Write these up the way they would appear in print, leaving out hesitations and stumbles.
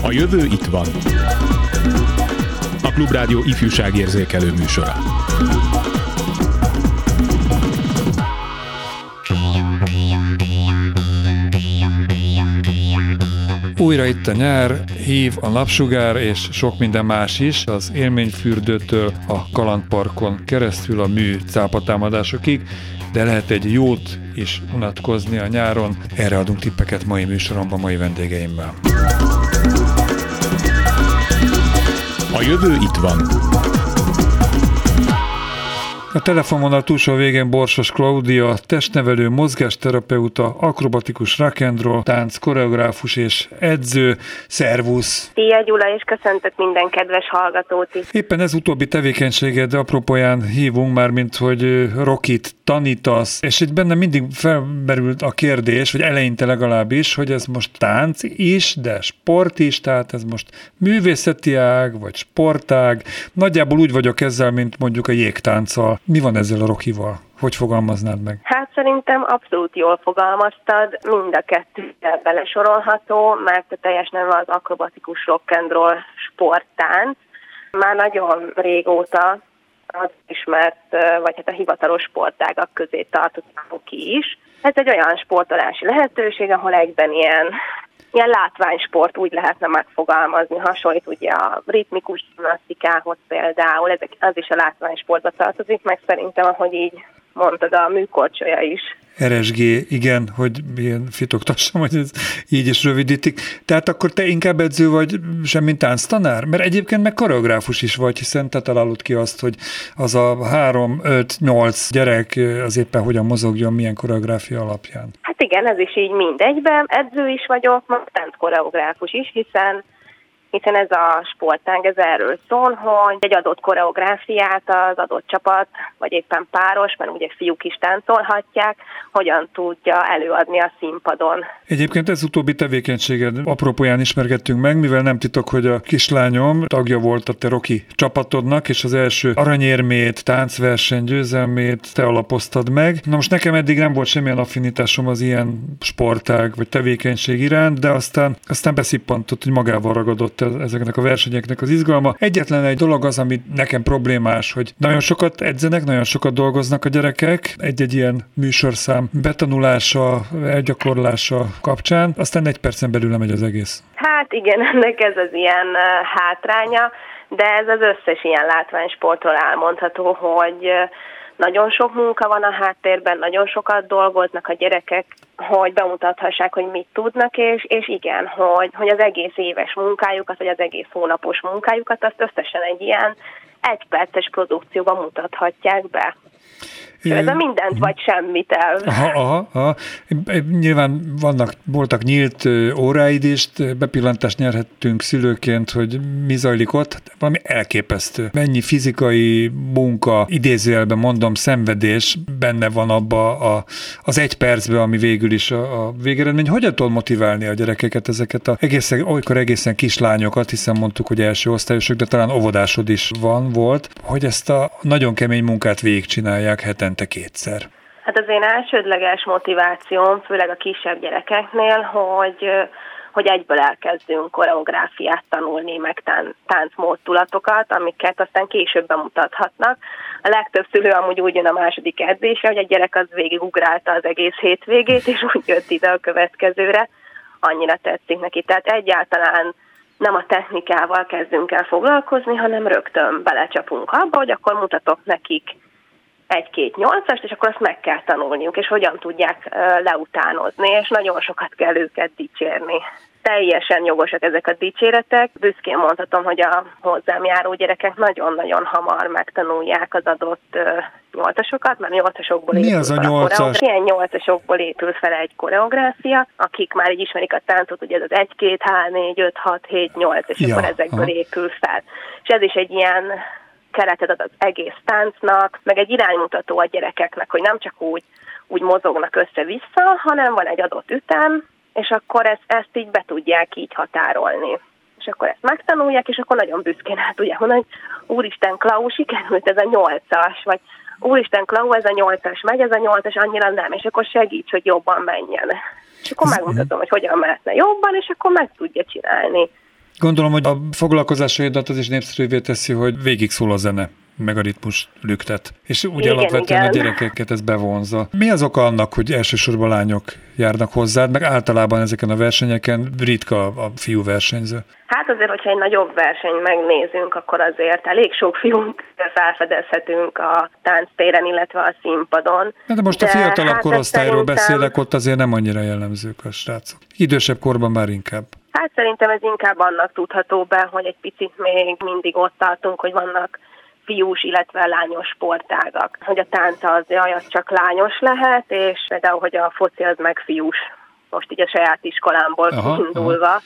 A jövő itt van. A Klubrádió ifjúságérzékelő műsora. Újra itt a nyár, hív a napsugár és sok minden más is, az élményfürdőtől a kalandparkon keresztül a mű cápatámadásokig, de lehet egy jót is unatkozni a nyáron. Erre adunk tippeket mai műsoromban, mai vendégeimmel. A jövő itt van. A telefonvonal túlsó végén Borsos Klaudia, testnevelő, mozgásterapeuta, akrobatikus rock and roll, tánc, koreográfus és edző. Szervusz! Szia Gyula, és köszöntök minden kedves hallgatót is. Éppen ez utóbbi tevékenységed apropóján hívunk már, mint hogy Rockit tanítasz, és itt bennem mindig felmerült a kérdés, vagy eleinte legalábbis, hogy ez most tánc is, de sport is, tehát ez most művészeti ág, vagy sportág. Nagyjából úgy vagyok ezzel, mint mondjuk a jégtánccal. Mi van ezzel a Rockival? Hogy fogalmaznád meg? Hát szerintem abszolút jól fogalmaztad, mind a kettő belesorolható, mert a teljes neve az akrobatikus rock and roll sporttánc. Már nagyon régóta az ismert, vagy hát a hivatalos sportágak közé tartották ki is. Ez egy olyan sportolási lehetőség, ahol egyben ilyen látványsport úgy lehetne megfogalmazni, hasonlít ugye a ritmikus gimnasztikához például, az is a látványsportba tartozik, meg szerintem, ahogy így mondtad, a műkorcsolya is. RSG, igen, hogy ilyen fitoktassam, hogy ez így is rövidítik. Tehát akkor te inkább edző vagy, sem mint tánctanár? Mert egyébként meg koreográfus is vagy, hiszen te találod ki azt, hogy az a 3-5-8 gyerek az éppen hogyan mozogjon, milyen koreográfia alapján. Hát igen, ez is így mindegyben. Edző is vagyok, meg tánckoreográfus is, hiszen ez a sportág, ez erről szól, hogy egy adott koreográfiát az adott csapat, vagy éppen páros, mert ugye fiúk is táncolhatják, hogyan tudja előadni a színpadon. Egyébként ez utóbbi tevékenységed apropóján ismerkedtünk meg, mivel nem titok, hogy a kislányom tagja volt a te Rocky csapatodnak, és az első aranyérmét, táncverseny győzelmét te alapoztad meg. Na most nekem eddig nem volt semmilyen affinitásom az ilyen sportág vagy tevékenység iránt, de aztán beszippantott, hogy magával ragadott ezeknek a versenyeknek az izgalma. Egyetlen egy dolog az, ami nekem problémás, hogy nagyon sokat edzenek, nagyon sokat dolgoznak a gyerekek egy-egy ilyen műsorszám betanulása, elgyakorlása kapcsán, aztán 1 percen belül lemegy az egész. Hát igen, ennek ez az ilyen hátránya, de ez az összes ilyen látványsportról elmondható, hogy nagyon sok munka van a háttérben, nagyon sokat dolgoznak a gyerekek, hogy bemutathassák, hogy mit tudnak, és igen, hogy az egész éves munkájukat, vagy az egész hónapos munkájukat, azt összesen egy ilyen 1 perces produkcióban mutathatják be. Ez a mindent vagy semmit el. Aha. Nyilván voltak nyílt óráid is, bepillantást nyerhettünk szülőként, hogy mi zajlik ott. Valami elképesztő. Mennyi fizikai munka, idézőjelben mondom, szenvedés benne van abba az 1 percben, ami végül is a végeredmény. Hogyan tudod motiválni a gyerekeket, ezeket olykor egészen kislányokat, hiszen mondtuk, hogy első osztályosok, de talán óvodásod is volt, hogy ezt a nagyon kemény munkát végigcsinálják hetente 2-szer. Hát az én elsődleges motivációm, főleg a kisebb gyerekeknél, hogy egyből elkezdünk koreográfiát tanulni, meg táncmódulatokat, amiket aztán később bemutathatnak. A legtöbb szülő amúgy úgy jön a második edzésre, hogy a gyerek az végigugrálta az egész hétvégét, és úgy jött ide a következőre, annyira tetszik neki. Tehát egyáltalán nem a technikával kezdünk el foglalkozni, hanem rögtön belecsapunk abba, hogy akkor mutatok nekik 1-2 8-ast, és akkor azt meg kell tanulniuk, és hogyan tudják leutánozni, és nagyon sokat kell őket dicsérni. Teljesen jogosak ezek a dicséretek. Büszkén mondhatom, hogy a hozzám járó gyerekek nagyon-nagyon hamar megtanulják az adott 8-asokat, mert 8-asokból épül fel a koreográfia. Ilyen 8-asokból épül fel egy koreográfia, akik már így ismerik a táncot, ugye ez az 1-2, 3-4, 5, 6, 7, 8, és akkor ezekből épül fel. És ez is egy ilyen keretet ad az egész táncnak, meg egy iránymutató a gyerekeknek, hogy nem csak úgy mozognak össze-vissza, hanem van egy adott ütem, és akkor ezt így be tudják így határolni. És akkor ezt megtanulják, és akkor nagyon büszkén el tudják mondani, hogy úristen, Klau, sikerült ez a 8-as, vagy úristen, Klau, ez a 8-as megy, ez a 8-as annyira nem, és akkor segíts, hogy jobban menjen. És akkor megmutatom, hogy hogyan mehetne jobban, és akkor meg tudja csinálni. Gondolom, hogy a foglalkozásaidat az is népszerűvé teszi, hogy végig szól a zene, meg a ritmus lüktet. És ugye Igen, alapvetően igen. a gyerekeket ez bevonza. Mi az oka annak, hogy elsősorban lányok járnak hozzád, meg általában ezeken a versenyeken ritka a fiú versenyző? Hát azért, hogyha egy nagyobb versenyt megnézünk, akkor azért elég sok fiút felfedezhetünk a tánctéren, illetve a színpadon. De most a fiatalabb hát korosztályról beszélek, ott azért nem annyira jellemzők a srácok. Idősebb korban már inkább. Hát szerintem ez inkább annak tudható be, hogy egy picit még mindig ott tartunk, hogy vannak fiús, illetve lányos sportágak. Hogy a tánc az csak lányos lehet, és például, hogy a foci az meg fiús. Most így a saját iskolámból indulva,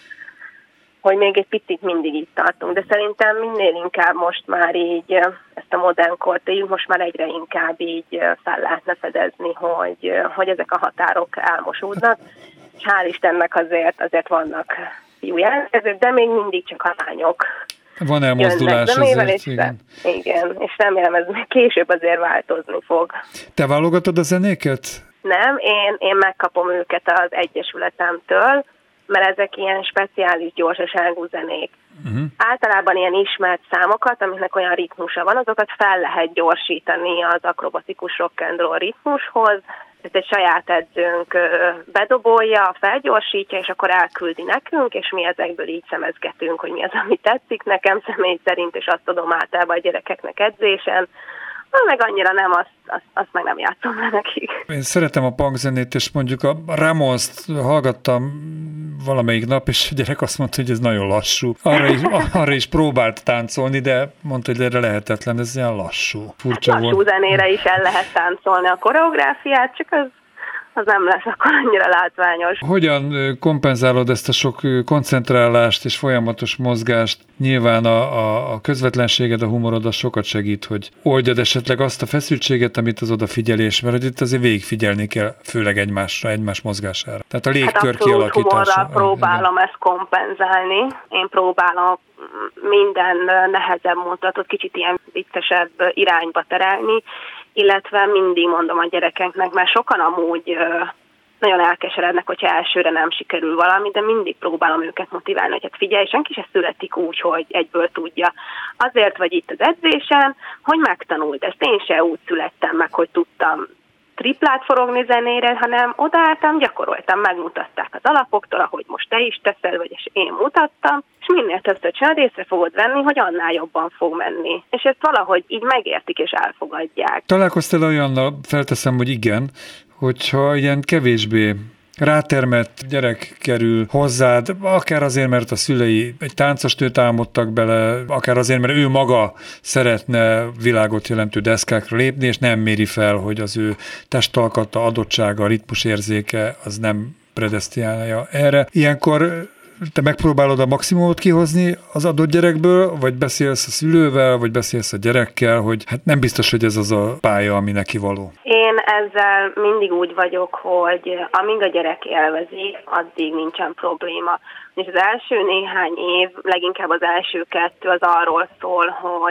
hogy még egy picit mindig itt tartunk. De szerintem minél inkább most már így ezt a modern kort éljük, most már egyre inkább így fel lehetne fedezni, hogy ezek a határok elmosódnak. És hál' Istennek azért vannak fiú jelentkezők, de még mindig csak a lányok. Van elmozdulás azért, igen, és remélem ez később azért változni fog. Te válogatod a zenéket? Nem, én megkapom őket az egyesületemtől, mert ezek ilyen speciális gyorsaságú zenék. Általában ilyen ismert számokat, amiknek olyan ritmusa van, azokat fel lehet gyorsítani az akrobatikus rock and roll ritmushoz. Ezt egy saját edzőnk bedobolja, felgyorsítja, és akkor elküldi nekünk, és mi ezekből így szemezgetünk, hogy mi az, ami tetszik nekem személy szerint, és azt adom általában a gyerekeknek edzésen. Meg annyira nem, azt meg nem játszom le nekik. Én szeretem a punk zenét, és mondjuk a Ramost hallgattam valamelyik nap, és a gyerek azt mondta, hogy ez nagyon lassú. Arra is próbált táncolni, de mondta, hogy erre lehetetlen, ez ilyen lassú. Furcsa lassú volt. Zenére is el lehet táncolni a koreográfiát, csak az nem lesz akkor annyira látványos. Hogyan kompenzálod ezt a sok koncentrálást és folyamatos mozgást? Nyilván a közvetlenséged, a humorod az sokat segít, hogy oldjad esetleg azt a feszültséget, amit az odafigyelés, mert hogy itt azért végigfigyelni kell, főleg egymás mozgására. Tehát a légkör kialakítása. Humorral próbálom ezt kompenzálni. Én próbálom minden nehezebb mozdulatot kicsit ilyen viccesebb irányba terelni, illetve mindig mondom a gyerekeknek, mert sokan amúgy nagyon elkeserednek, hogyha elsőre nem sikerül valami, de mindig próbálom őket motiválni, hogy hát figyelj, senki se születik úgy, hogy egyből tudja. Azért vagy itt az edzésen, hogy megtanuld ezt. Én se úgy születtem meg, hogy tudtam triplát forogni zenére, hanem odaálltam, gyakoroltam, megmutatták az alapoktól, ahogy most te is teszel, vagy én mutattam, és minél többször csinálod, észre fogod venni, hogy annál jobban fog menni. És ezt valahogy így megértik és elfogadják. Találkoztál olyannal, felteszem, hogy igen, hogyha ilyen kevésbé rátermett gyerek kerül hozzád, akár azért, mert a szülei egy táncos nőt álmodtak bele, akár azért, mert ő maga szeretne világot jelentő deszkákra lépni, és nem méri fel, hogy az ő testalkata, adottsága, ritmusérzéke az nem predesztinálja erre. Ilyenkor te megpróbálod a maximumot kihozni az adott gyerekből, vagy beszélsz a szülővel, vagy beszélsz a gyerekkel, hogy hát nem biztos, hogy ez az a pálya, ami neki való. Én ezzel mindig úgy vagyok, hogy amíg a gyerek élvezi, addig nincsen probléma. És az első néhány év, leginkább az első 2 az arról szól,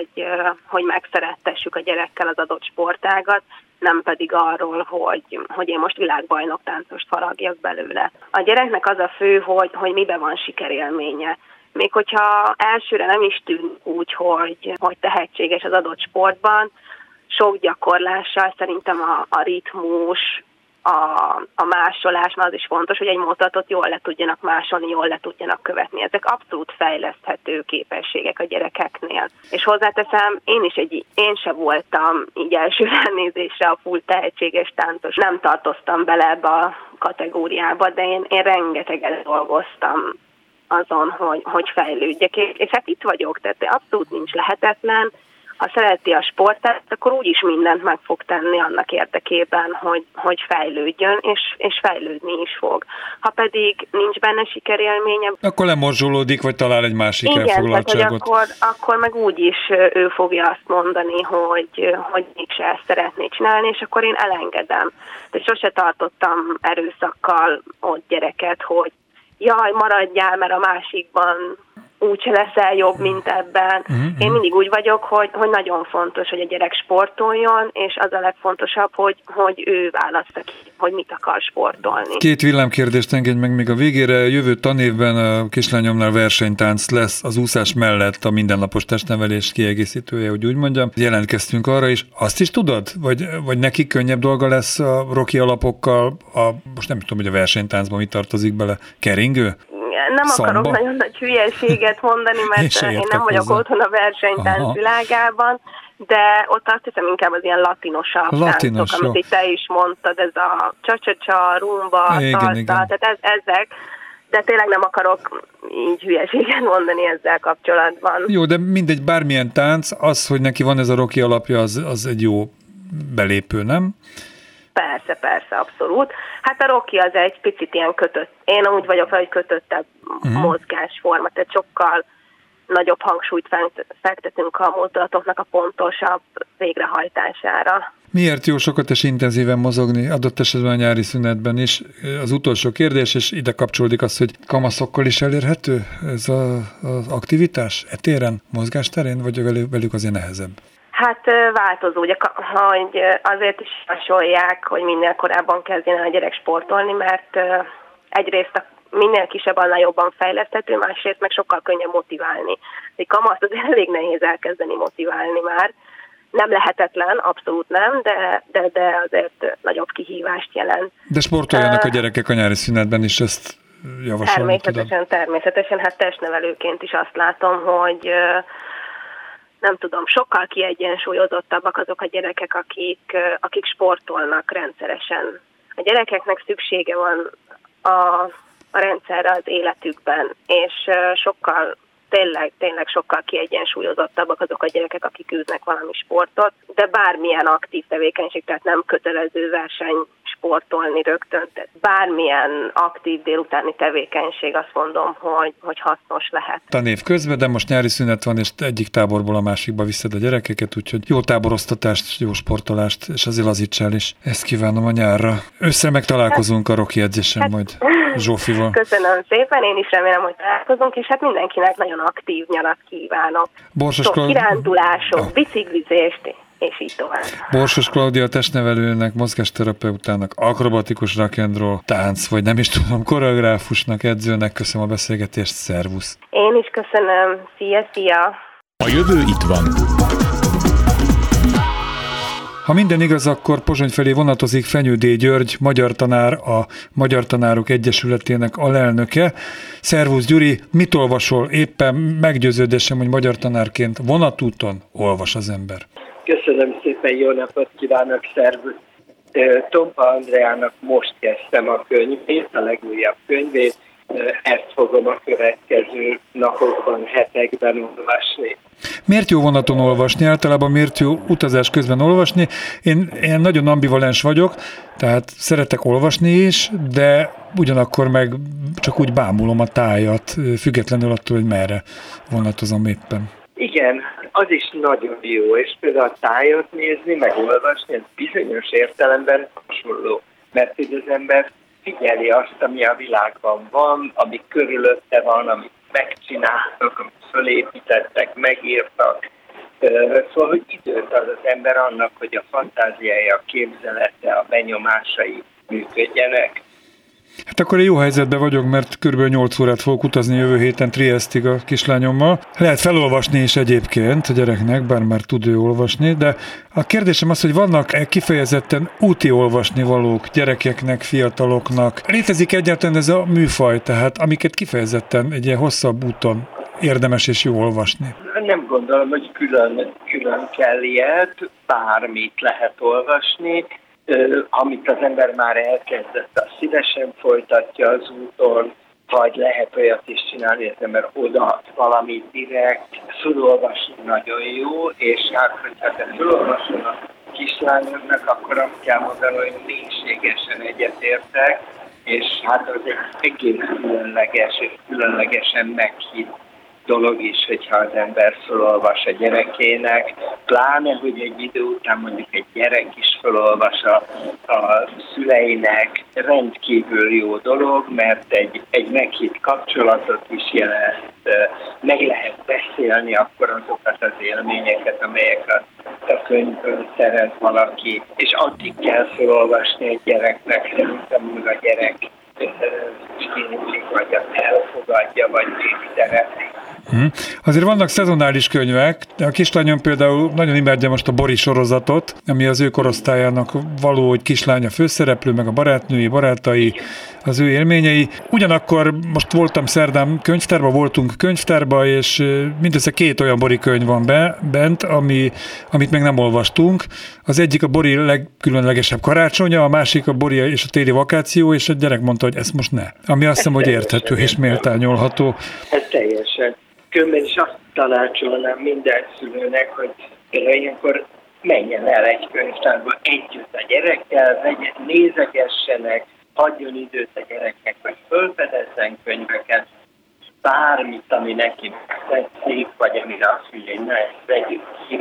hogy megszerettessük a gyerekkel az adott sportágat, nem pedig arról, hogy én most világbajnok táncost faragjak belőle. A gyereknek az a fő, hogy miben van sikerélménye. Még hogyha elsőre nem is tűnik úgy, hogy tehetséges az adott sportban, sok gyakorlással szerintem a ritmus, a másolás, mert az is fontos, hogy egy mozdulatot jól le tudjanak másolni, jól le tudjanak követni. Ezek abszolút fejleszthető képességek a gyerekeknél. És hozzáteszem, én se voltam így első ránézésre a full tehetséges táncos. Nem tartoztam bele ebbe a kategóriába, de én rengeteget dolgoztam azon, hogy fejlődjek. És hát itt vagyok, tehát abszolút nincs lehetetlen. Ha szereti a sportát, akkor úgyis mindent meg fog tenni annak érdekében, hogy fejlődjön, és fejlődni is fog. Ha pedig nincs benne sikerélménye... Akkor lemorzsolódik, vagy talál egy másik elfoglaltságot. Igen, akkor meg úgyis ő fogja azt mondani, hogy mégse ezt szeretné csinálni, és akkor én elengedem. De sose tartottam erőszakkal ott gyereket, hogy jaj, maradjál, mert a másikban úgyse leszel jobb, mint ebben. Én mindig úgy vagyok, hogy nagyon fontos, hogy a gyerek sportoljon, és az a legfontosabb, hogy ő válassza ki, hogy mit akar sportolni. 2 villámkérdést engedj meg még a végére. Jövő tanévben a kislányomnál versenytánc lesz az úszás mellett a mindennapos testnevelés kiegészítője, hogy úgy mondjam. Jelentkeztünk arra is. Azt is tudod? Vagy neki könnyebb dolga lesz a Rocky alapokkal? Most nem tudom, hogy a versenytáncban mi tartozik bele. Keringő? Nem akarok nagyon nagy hülyeséget mondani, mert én nem vagyok otthon a versenytánc világában, de ott azt hiszem inkább az ilyen latinosabb táncok, amit itt te is mondtad, ez a csa-csa-csa, rumba, salsa, tehát ezek, de tényleg nem akarok így hülyeséget mondani ezzel kapcsolatban. Jó, de mindegy, bármilyen tánc, az, hogy neki van ez a Rocky alapja, az egy jó belépő, nem? Persze, abszolút. Hát a Rocky az egy picit ilyen kötött, én úgy vagyok, hogy kötöttebb mozgásforma, tehát sokkal nagyobb hangsúlyt fektetünk a mozdulatoknak a pontosabb végrehajtására. Miért jó sokat és intenzíven mozogni, adott esetben a nyári szünetben is? Az utolsó kérdés, és ide kapcsolódik az, hogy kamaszokkal is elérhető ez az aktivitás etéren, mozgásterén, vagy velük azért nehezebb? Hát változó, ugye, hogy azért is javasolják, hogy minél korábban kezdjen a gyerek sportolni, mert egyrészt minél kisebb, annál jobban fejleszthető, másrészt meg sokkal könnyebb motiválni. Egy kamaszt azért elég nehéz elkezdeni motiválni már. Nem lehetetlen, abszolút nem, de azért nagyobb kihívást jelent. De sportoljanak a gyerekek a nyári szünetben is, ezt javasolni tudom. Természetesen, hát testnevelőként is azt látom, hogy nem tudom, sokkal kiegyensúlyozottabbak azok a gyerekek, akik sportolnak rendszeresen. A gyerekeknek szüksége van a rendszerre az életükben, és sokkal, tényleg sokkal kiegyensúlyozottabbak azok a gyerekek, akik űznek valami sportot, de bármilyen aktív tevékenység, tehát nem kötelező verseny sportolni rögtön, tehát bármilyen aktív délutáni tevékenység, azt mondom, hogy hasznos lehet. Tanév közben, de most nyári szünet van, és egyik táborból a másikba viszed a gyerekeket, úgyhogy jó táborosztatást, jó sportolást, és azért lazítsál is. Ezt kívánom a nyárra. Össze megtalálkozunk a Rocky edzésen majd Zsófival. Köszönöm szépen, én is remélem, hogy találkozunk, és hát mindenkinek nagyon aktív nyarat kívánok. Kirándulások, biciklizést, és így tovább. Borsos Klaudia testnevelőnek, mozgásterapeutának, akrobatikus rock and roll, tánc, vagy nem is tudom, koreográfusnak, edzőnek köszönöm a beszélgetést, szervusz! Én is köszönöm, szia! A jövő itt van. Ha minden igaz, akkor Pozsony felé vonatozik Fenyő D. György, magyar tanár, a Magyar Tanárok Egyesületének alelnöke. Szervusz Gyuri, mit olvasol? Éppen meggyőződésem, hogy magyar tanárként vonatúton olvas az ember. Köszönöm szépen, jó napot kívánok, szervusz! Tompa Andreának most kezdtem a könyvét, a legújabb könyvét, ezt fogom a következő napokban, hetekben olvasni. Miért jó vonaton olvasni? Általában miért jó utazás közben olvasni? Én nagyon ambivalens vagyok, tehát szeretek olvasni is, de ugyanakkor meg csak úgy bámulom a tájat, függetlenül attól, hogy merre vonatozom éppen. Igen, az is nagyon jó, és például a tájat nézni, meg olvasni, ez bizonyos értelemben hasonló, mert hogy az ember figyeli azt, ami a világban van, ami körülötte van, amit megcsináltak, amit fölépítettek, megírtak. Szóval, hogy időt ad az ember annak, hogy a fantáziája, a képzelete, a benyomásai működjenek. Hát akkor én jó helyzetben vagyok, mert kb. 8 órát fogok utazni jövő héten Triesztig a kislányommal. Lehet felolvasni is egyébként a gyereknek, bár már tud ő olvasni, de a kérdésem az, hogy vannak kifejezetten úti olvasnivalók gyerekeknek, fiataloknak. Létezik egyáltalán ez a műfaj, tehát amiket kifejezetten egy ilyen hosszabb úton érdemes és jó olvasni? Nem gondolom, hogy külön kell ilyet, bármit lehet olvasni. Amit az ember már elkezdett, azt szívesen folytatja az úton, vagy lehet olyat is csinálni, hogy az ember odaad valamit direkt. Fölolvasni nagyon jó, és hát, hogyha te fölolvasol a kislányoknak, akkor azt kell mondani, hogy mélységesen egyetértek, és hát az egy egész különleges és különlegesen meghitt dolog is, hogyha az ember felolvas a gyerekének, pláne, hogy egy idő után mondjuk egy gyerek is felolvas a szüleinek, rendkívül jó dolog, mert egy meghitt kapcsolatot is jelent, meg lehet beszélni akkor azokat az élményeket, amelyeket a könyvből szerez valaki, és addig kell felolvasni egy gyereknek, szerintem úgy a gyerek kényszik, vagy elfogadja, vagy megszereti. Azért vannak szezonális könyvek, a kislányom például nagyon imádja most a Bori sorozatot, ami az ő korosztályának való, hogy kislánya főszereplő, meg a barátnői, barátai, az ő élményei. Ugyanakkor most voltunk könyvtárba, és mindössze 2 olyan Bori könyv van bent, amit még nem olvastunk. Az egyik a Bori legkülönlegesebb karácsonya, a másik a Bori és a téli vakáció, és a gyerek mondta, hogy ezt most ne. Ami azt hiszem, hogy érthető és méltányolható. Ez teljesen. Különben is azt tanácsolnám minden szülőnek, hogy ilyenkor menjen el egy könyvtárba együtt a gyerekkel, nézegessenek, adjon időt a gyereknek, hogy felfedezzen könyveket, bármit, ami neki tetszik, vagy amire azt mondja, hogy na, ezt vegyük ki,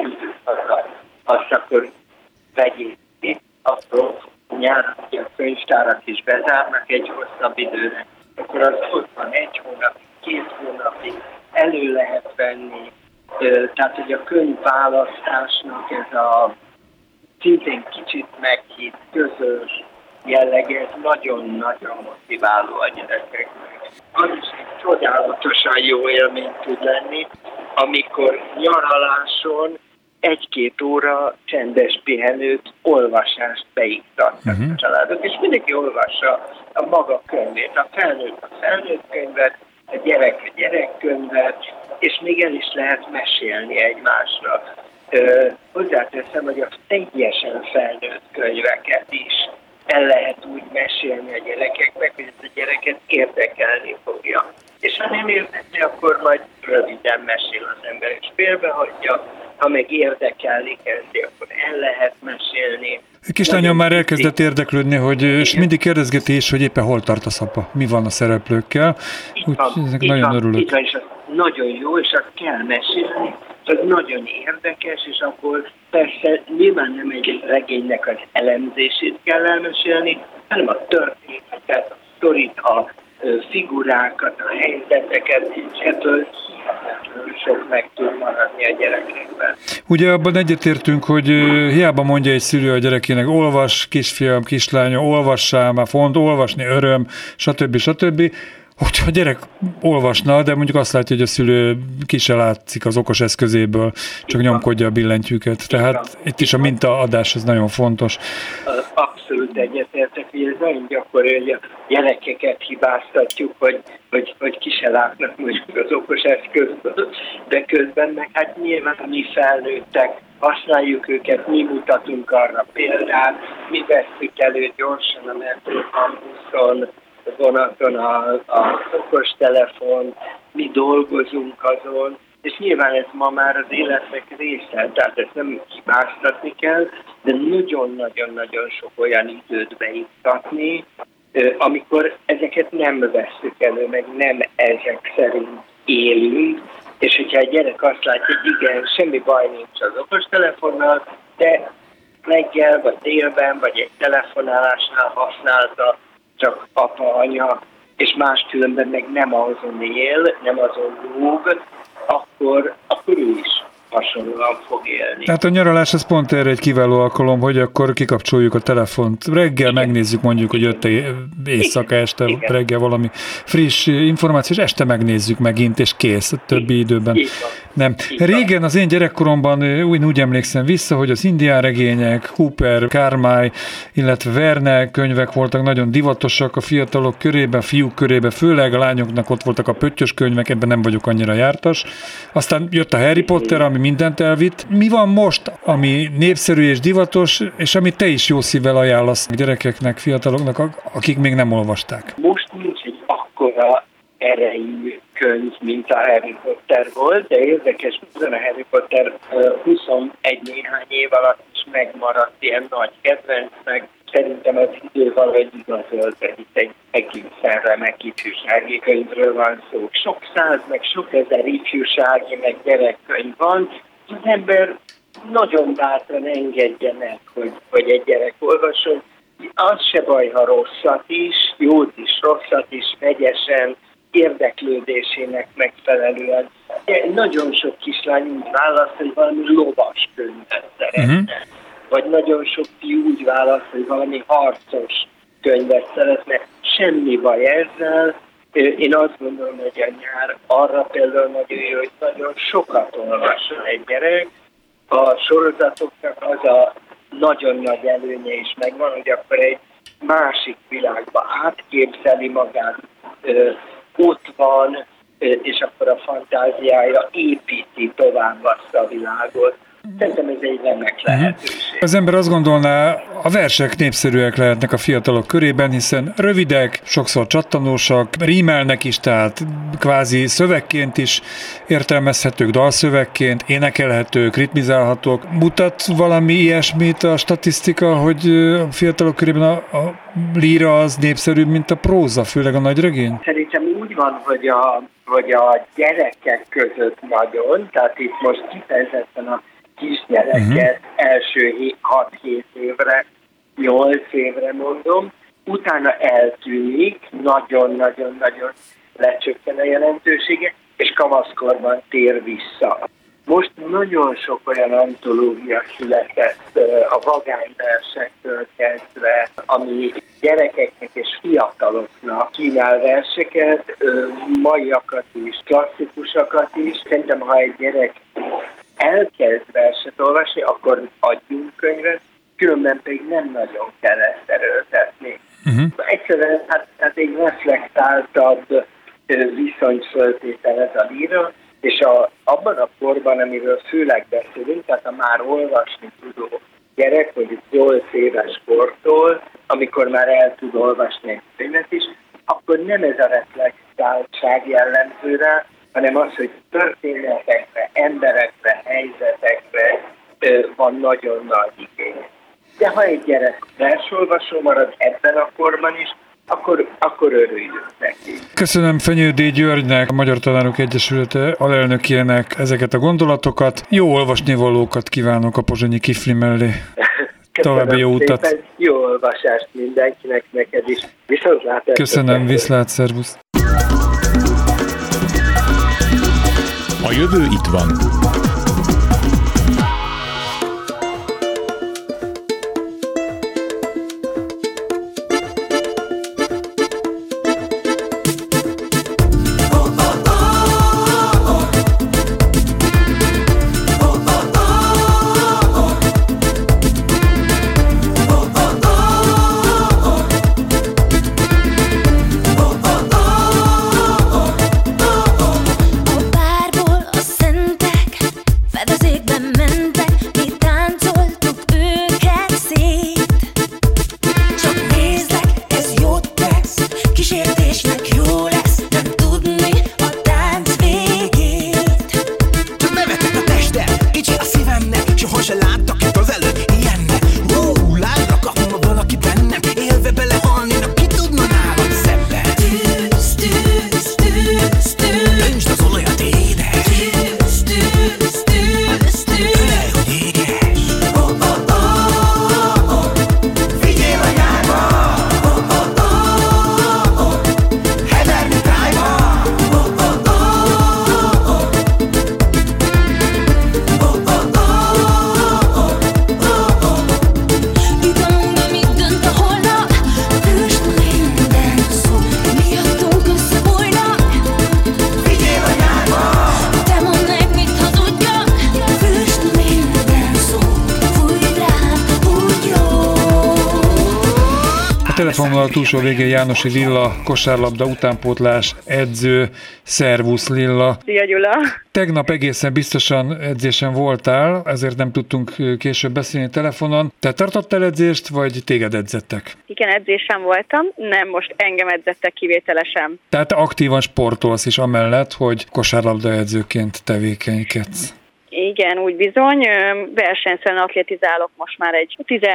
azt akkor vegyék ki, akkor nyáron a könyvtárat is bezárnak egy hosszabb időre, akkor az ott van 1 hónapig, 2 hónapig, elő lehet venni, tehát hogy a könyvválasztásnak ez a szintén kicsit meghitt, közös jellege, ez nagyon-nagyon motiváló a gyerekeknek. Az is egy csodálatosan jó élmény tud lenni, amikor nyaraláson 1-2 óra csendes pihenőt, olvasást beiktatnak a családok, és mindenki olvassa a maga könyvét, a felnőtt könyvet, a gyerekkönyvet, és még el is lehet mesélni egymásra. Hozzáteszem, hogy a teljesen felnőtt könyveket is el lehet úgy mesélni a gyerekeknek, hogy ez a gyereket érdekelni fogja. És ha nem érdekli, akkor majd röviden mesél az ember, és félbehagyja, ha meg érdekelni kezdi, akkor el lehet mesélni. Kislányom már elkezdett érdeklődni, és mindig kérdezgeti is, hogy éppen hol tart a szapa, mi van a szereplőkkel. Úgyhogy nagyon örülök. És az nagyon jó, és azt kell mesélni, az nagyon érdekes, és akkor persze nyilván nem egy regénynek az elemzését kell elmesélni, hanem a történetet, a sztorit, a figurákat, a helyzeteket, és ebből sok meg tud maradni a gyerekekben. Ugye abban egyetértünk, hogy hiába mondja egy szülő a gyerekének, olvas, kisfiam, kislánya, olvassál, már font, olvasni öröm, stb. Hogyha a gyerek olvasna, de mondjuk azt látja, hogy a szülő ki se látszik az okos eszközéből, csak nyomkodja a billentyűket. Tehát itt is a mintaadás, ez nagyon fontos. Abszolút egyetértek, hogy ez nagyon gyakori, hogy a gyerekeket hibáztatjuk, hogy ki se látnak mondjuk az okos eszközből, de közben meg hát nyilván mi felnőttek, használjuk őket, mi mutatunk arra példát, mi vesszük elő gyorsan a metróban, buszon, vonaton a okostelefon, mi dolgozunk azon, és nyilván ez ma már az életnek része, tehát ezt nem hibáztatni kell, de nagyon-nagyon-nagyon sok olyan időt beiktatni, amikor ezeket nem vesszük elő, meg nem ezek szerint élünk, és hogyha a gyerek azt látja, hogy igen, semmi baj nincs az okostelefonnal, de reggel, vagy délben, vagy egy telefonálásnál használta csak apa, anya, és máskülönben meg nem azon él, nem azon lóg, akkor ő is hasonlóan fog élni. Tehát a nyaralás az pont erre egy kiváló alkalom, hogy akkor kikapcsoljuk a telefont. Reggel megnézzük mondjuk, hogy jött éjszaka, este, reggel valami friss információ, és este megnézzük megint, és kész, a többi időben. Nem. Régen az én gyerekkoromban úgy emlékszem vissza, hogy az indián regények, Cooper, Carmine, illetve Verne könyvek voltak nagyon divatosak a fiatalok körében, fiúk körében, főleg a lányoknak ott voltak a pöttyös könyvek, ebben nem vagyok annyira jártas. Aztán jött a Harry Potter, ami mindent elvitt. Mi van most, ami népszerű és divatos, és amit te is jó szívvel ajánlasz a gyerekeknek, fiataloknak, akik még nem olvasták? Most nincs egy akkora erejű könyv, mint a Harry Potter volt, de érdekes, hogy a Harry Potter 21 néhány év alatt is megmaradt ilyen nagy kedvencnek. Szerintem az idő valahogy igazolt, hogy itt egy egészen remek ifjúsági könyvről van szó. Sok száz, meg sok ezer ifjúsági, meg gyerekkönyv van. Az ember nagyon bátran engedje meg, hogy egy gyerek olvasson, Az se baj, ha rosszat is, jót is, rosszat is, vegyesen, érdeklődésének megfelelően. Nagyon sok kislány úgy választ, hogy valami lovas könyvet szeretne. Vagy nagyon sok fiú úgy választ, hogy valami harcos könyvet szeretne. Semmi baj ezzel. Én azt gondolom, hogy a nyár arra például nagyon jó, hogy nagyon sokat olvasson egy gyerek. A sorozatoknak az a nagyon nagy előnye is megvan, hogy akkor egy másik világba átképzeli magát, ott van, és akkor a fantáziája építi tovább azt a világot. Szerintem ez egy remek lehetőség. Az ember azt gondolná, a versek népszerűek lehetnek a fiatalok körében, hiszen rövidek, sokszor csattanósak, rímelnek is, tehát kvázi szövegként is értelmezhetők, dalszövegként, énekelhetők, ritmizálhatók. Mutat valami ilyesmit a statisztika, hogy a fiatalok körében a líra az népszerűbb, mint a próza, főleg a nagyregény? Szerintem úgy van, hogy a gyerekek között nagyon, tehát itt most kifejezetten a kisgyereket első 6-7 évre, 8 évre mondom, utána eltűnik, nagyon-nagyon-nagyon lecsökken a jelentősége, és kamaszkorban tér vissza. Most nagyon sok olyan antológia született a vagányversektől kezdve, ami gyerekeknek és fiataloknak kínál verseket, maiakat is, klasszikusokat is. Szerintem, ha egy gyerek elkezd verset olvasni, akkor adjunk könyvet, különben pedig nem nagyon kell ezt erőltetni. Egyszerűen hát egy reflektáltabb viszonyt föltételez a líra, és abban a korban, amiről főleg beszélünk, tehát a már olvasni tudó gyerek, mondjuk 8 éves kortól, amikor már el tud olvasni egy könyvet is, akkor nem ez a reflektáltság jellemző rá, hanem az, hogy történetekre, emberekre, helyzetekre van nagyon nagy igény. De ha egy gyerek versolvasó marad ebben a korban is, akkor örüljünk neki. Köszönöm Fenyődi Györgynek, a Magyar Tanárok Egyesülete alelnökének ezeket a gondolatokat. Jó olvasnivalókat kívánok a pozsonyi kifli mellé. További jó utat. Szépen, jó olvasást mindenkinek, neked is. Viszontlátásra. Köszönöm, viszlát, szervusz. A jövő itt van. Telefonvonal túlsó végén Jánosi Lilla, kosárlabda utánpótlás edző. Szervusz Lilla! Szia Gyula! Tegnap egészen biztosan edzésen voltál, ezért nem tudtunk később beszélni telefonon. Te tartottál edzést, vagy téged edzettek? Igen, edzésen voltam, nem most engem edzettek kivételesen. Tehát aktívan sportolsz is amellett, hogy kosárlabda edzőként tevékenykedsz. Igen, úgy bizony. Versenyszerűen atlétizálok most már egy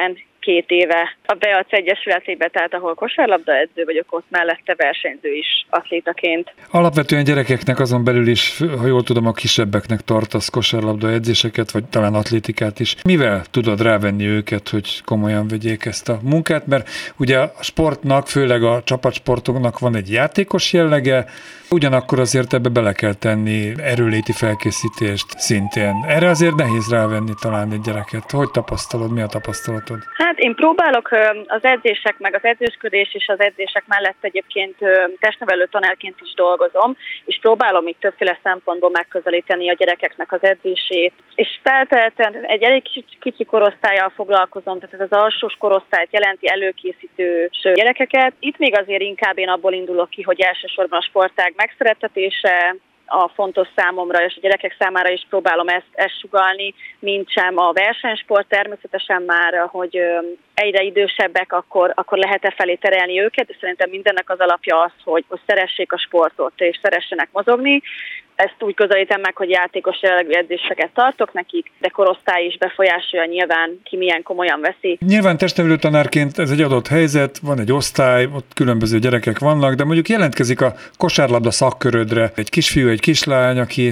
2 éve a Beac Egyesületébe, tehát ahol kosárlabda edző vagyok, ott mellette versenyző is atlétaként. Alapvetően gyerekeknek azon belül is, ha jól tudom, a kisebbeknek tartasz kosárlabda edzéseket, vagy talán atlétikát is. Mivel tudod rávenni őket, hogy komolyan vegyék ezt a munkát? Mert ugye a sportnak, főleg a csapatsportoknak van egy játékos jellege, ugyanakkor azért ebbe bele kell tenni erőléti felkészítést szintén. Erre azért nehéz rávenni talán egy gyereket. Hogy tapasztalod? Mi a tapasztalatod? Hát én próbálok az edzések, meg az edzősködés és az edzések mellett egyébként testnevelő tanárként is dolgozom, és próbálom itt többféle szempontból megközelíteni a gyerekeknek az edzését. És feltehetően egy elég kicsi korosztállyal foglalkozom, tehát ez az alsós korosztályt jelenti, előkészítős gyerekeket. Itt még azért inkább én abból indulok ki, hogy elsősorban a sportág megszerettetése a fontos számomra, és a gyerekek számára is próbálom ezt sugallni, mint sem a versenysport, természetesen már, hogy egyre idősebbek, akkor lehet-e felé terelni őket, és szerintem mindennek az alapja az, hogy szeressék a sportot, és szeressenek mozogni. Ezt úgy közelítem meg, hogy játékos jellegű edzéseket tartok nekik, de korosztály is befolyásolja nyilván, ki milyen komolyan veszi. Nyilván testnevelő tanárként ez egy adott helyzet, van egy osztály, ott különböző gyerekek vannak, de mondjuk jelentkezik a kosárlabda szakkörödre egy kisfiú, egy kislány, aki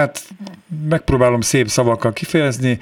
megpróbálom szép szavakkal kifejezni,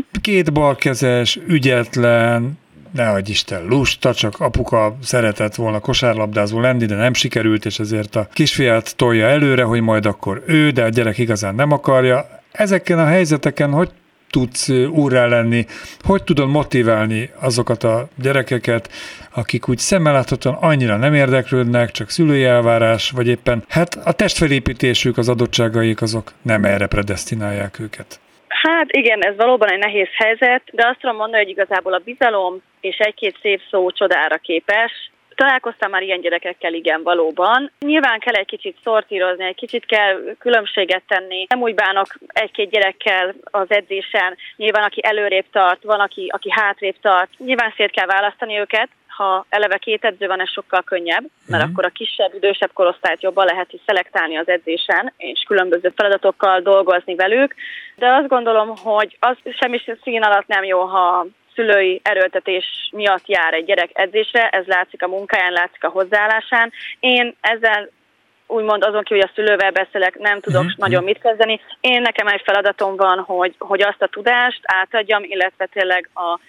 2 balkezes, ügyetlen, nehogy Isten lusta, csak apuka szeretett volna kosárlabdázó lenni, de nem sikerült, és ezért a kisfiát tolja előre, hogy majd akkor ő, de a gyerek igazán nem akarja. Ezeken a helyzeteken hogy tudsz úrrá lenni, hogy tudod motiválni azokat a gyerekeket, akik úgy szemmel láthatóan annyira nem érdeklődnek, csak szülői elvárás, vagy éppen a testfelépítésük, az adottságaik, azok nem erre predesztinálják őket. Hát igen, ez valóban egy nehéz helyzet, de azt tudom mondani, hogy igazából a bizalom és 1-2 szép szó csodára képes. Találkoztam már ilyen gyerekekkel, igen, valóban. Nyilván kell egy kicsit szortírozni, egy kicsit kell különbséget tenni. Nem úgy bánok 1-2 gyerekkel az edzésen, nyilván aki előrébb tart, van aki hátrébb tart. Nyilván szét kell választani őket, ha eleve 2 edző van, ez sokkal könnyebb, mert akkor a kisebb, idősebb korosztályt jobban lehet is szelektálni az edzésen, és különböző feladatokkal dolgozni velük. De azt gondolom, hogy az semmi szín alatt nem jó, ha szülői erőltetés miatt jár egy gyerek edzésre, ez látszik a munkáján, látszik a hozzáállásán. Én ezzel úgymond azon kívül, hogy a szülővel beszélek, nem tudok nagyon mit kezdeni. Nekem egy feladatom van, hogy azt a tudást átadjam, illetve tényleg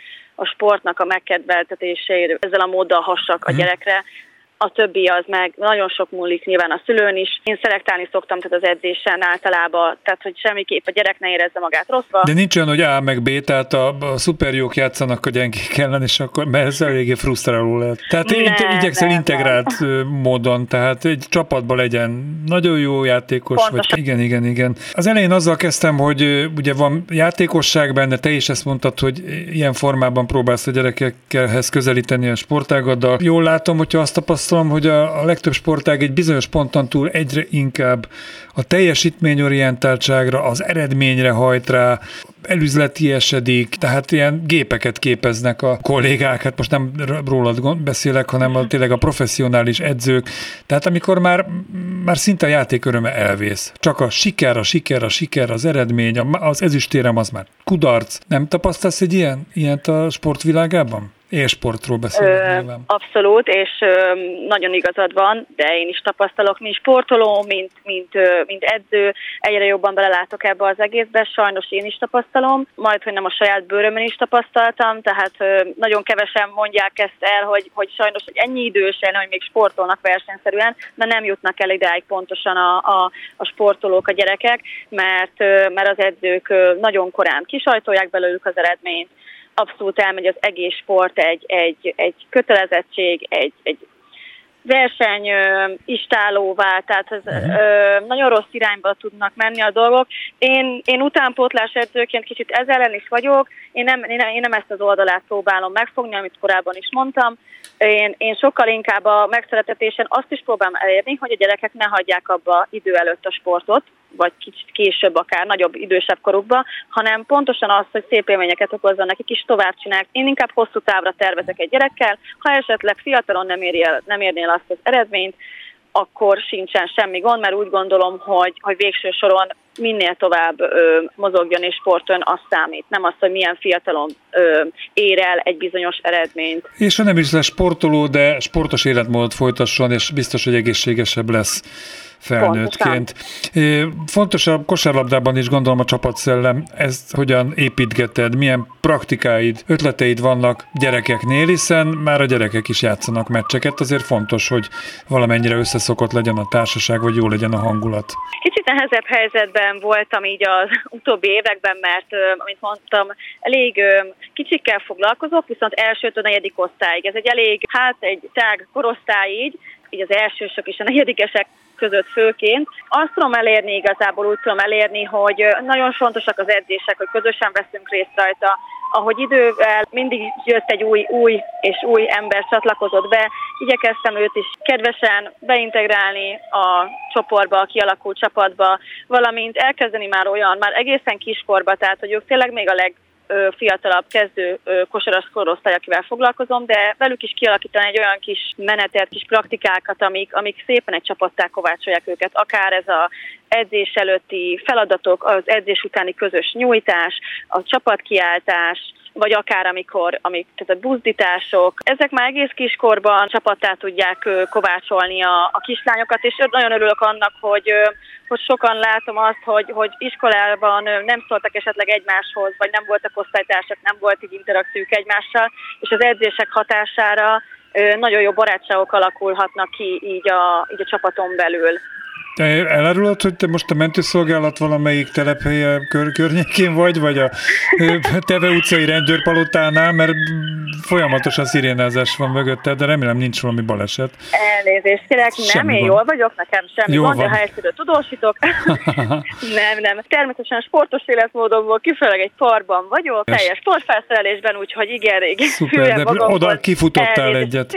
a sportnak a megkedveltetéséről ezzel a móddal hassak a gyerekre. A többi az meg nagyon sok múlik nyilván a szülőn is. Én szelektálni szoktam, tehát az edzésen általában, tehát hogy semmiképp a gyerek ne érezze magát rosszba. De nincs olyan, hogy A meg B, tehát a szuperjók játszanak a gyengék ellen, és akkor, mert ez eléggé frusztráló lehet. Tehát igyekszel integrált módon, tehát egy csapatban legyen nagyon jó játékos. Vagy, igen. Az elején azzal kezdtem, hogy ugye van játékosság benne, te is ezt mondtad, hogy ilyen formában próbálsz a gyerekekhez közelíteni a sportágaddal. Jól látom, hogyha azt tapasztalom, hogy a legtöbb sportág egy bizonyos ponton túl egyre inkább a teljesítményorientáltságra, az eredményre hajt rá, elüzletiesedik, tehát ilyen gépeket képeznek a kollégák, hát most nem rólad beszélek, hanem tényleg a professzionális edzők, tehát amikor már szinte a játék öröme elvész. Csak a siker, az eredmény, az ezüstérem az már kudarc. Nem tapasztalsz egy ilyent a sportvilágában? Élsportról beszélünk nyilván. Abszolút, és nagyon igazad van, de én is tapasztalok, mint sportoló, mint edző, egyre jobban belelátok ebbe az egészbe, sajnos én is tapasztalom, majd, hogy nem a saját bőrömön is tapasztaltam, tehát nagyon kevesen mondják ezt el, hogy sajnos, hogy ennyi idősen, hogy még sportolnak versenyszerűen, de nem jutnak el ideig pontosan a sportolók, a gyerekek, mert az edzők nagyon korán kisajtolják belőlük az eredményt. Abszolút elmegy az egész sport egy kötelezettség, egy verseny istálóvá, tehát nagyon rossz irányba tudnak menni a dolgok. Én utánpótlás edzőként kicsit ezzel ellen is vagyok, én nem ezt az oldalát próbálom megfogni, amit korábban is mondtam. Én sokkal inkább a megszeretetésen azt is próbálom elérni, hogy a gyerekek ne hagyják abba idő előtt a sportot, vagy kicsit később, akár nagyobb, idősebb korukba, hanem pontosan az, hogy szép élményeket okozzon nekik is, tovább csinálják. Én inkább hosszú távra tervezek egy gyerekkel, ha esetleg fiatalon nem érnél azt az eredményt, akkor sincsen semmi gond, mert úgy gondolom, hogy végső soron minél tovább mozogjon és sportoljon, az számít. Nem az, hogy milyen fiatalon ér el egy bizonyos eredményt. És ha nem is lesz sportoló, de sportos életmódot folytasson, és biztos, hogy egészségesebb lesz felnőttként. Fontos a kosárlabdában is gondolom a csapatszellem. Ezt hogyan építgeted? Milyen praktikáid, ötleteid vannak gyerekeknél, hiszen már a gyerekek is játszanak meccseket, azért fontos, hogy valamennyire összeszokott legyen a társaság, vagy jó legyen a hangulat. Kicsit nehezebb helyzetben voltam így az utóbbi években, mert, amint mondtam, elég kicsikkel foglalkozok, viszont elsőtől negyedik osztályig. Ez egy elég, egy tág korosztály így az elsősök és a negyedikesek között főként. Azt tudom elérni igazából, úgy tudom elérni, hogy nagyon fontosak az edzések, hogy közösen veszünk részt rajta. Ahogy idővel mindig jött egy új ember csatlakozott be, igyekeztem őt is kedvesen beintegrálni a csoportba, a kialakult csapatba, valamint elkezdeni már egészen kiskorba, tehát hogy ők tényleg még a fiatalabb kezdő kosaras korosztály, akivel foglalkozom, de velük is kialakítani egy olyan kis menetet, kis praktikákat, amik szépen egy csapattá kovácsolják őket. Akár ez az edzés előtti feladatok, az edzés utáni közös nyújtás, a csapatkiáltás, vagy akár tehát a buzdítások. Ezek már egész kiskorban csapattá tudják kovácsolni a kislányokat, és nagyon örülök annak, hogy sokan látom azt, hogy iskolában nem szóltak esetleg egymáshoz, vagy nem voltak osztálytársak, nem volt így interakciók egymással, és az edzések hatására nagyon jó barátságok alakulhatnak ki így a csapaton belül. Elárulod, hogy te most a mentőszolgálat valamelyik telephelye környékén vagy a Teve utcai rendőrpalotánál, mert folyamatosan szirénázás van mögötted, de remélem nincs valami baleset. Elnézést kérek, nem, én jól vagyok, nekem semmi gond, a helyzetről tudósítok. Nem. Természetesen sportos életmódomból kifolyólag egy parkban vagyok, teljes sportfelszerelésben, úgyhogy igen. Szuper, de oda kifutottál egyet.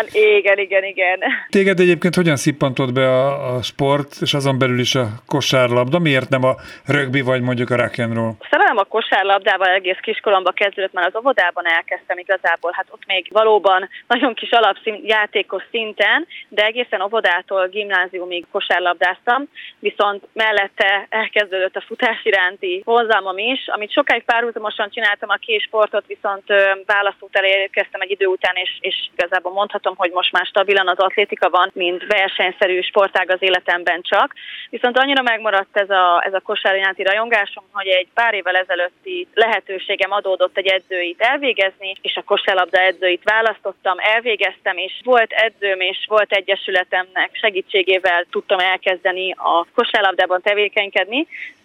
Igen. Téged egyébként hogyan szippantott be a sport, és azon belül is a kosárlabda? Miért nem a rögbi vagy mondjuk a rock and roll? Szerelem a kosárlabdával egész kiskoromban kezdődött, már az óvodában elkezdtem igazából, hát ott még valóban nagyon kis játékos szinten, de egészen óvodától gimnáziumig kosárlabdáztam, viszont mellette elkezdődött a futás iránti vonzalmam is, amit sokáig párhuzamosan csináltam a két sportot, viszont válaszút elé érkeztem egy idő után, és igazából mondhatom, hogy most már stabilan az atlétika van, mint versenyszerű sportág az életemben csak. Viszont annyira megmaradt ez a kosár iránti rajongásom, hogy egy pár évvel ezelőtti lehetőségem adódott egy edzőit elvégezni, és a kosárlabda edzőit választottam, elvégeztem, és volt edzőm, és volt egyesületemnek segítségével tudtam elkezdeni a kosárlabdában tevékenykedni,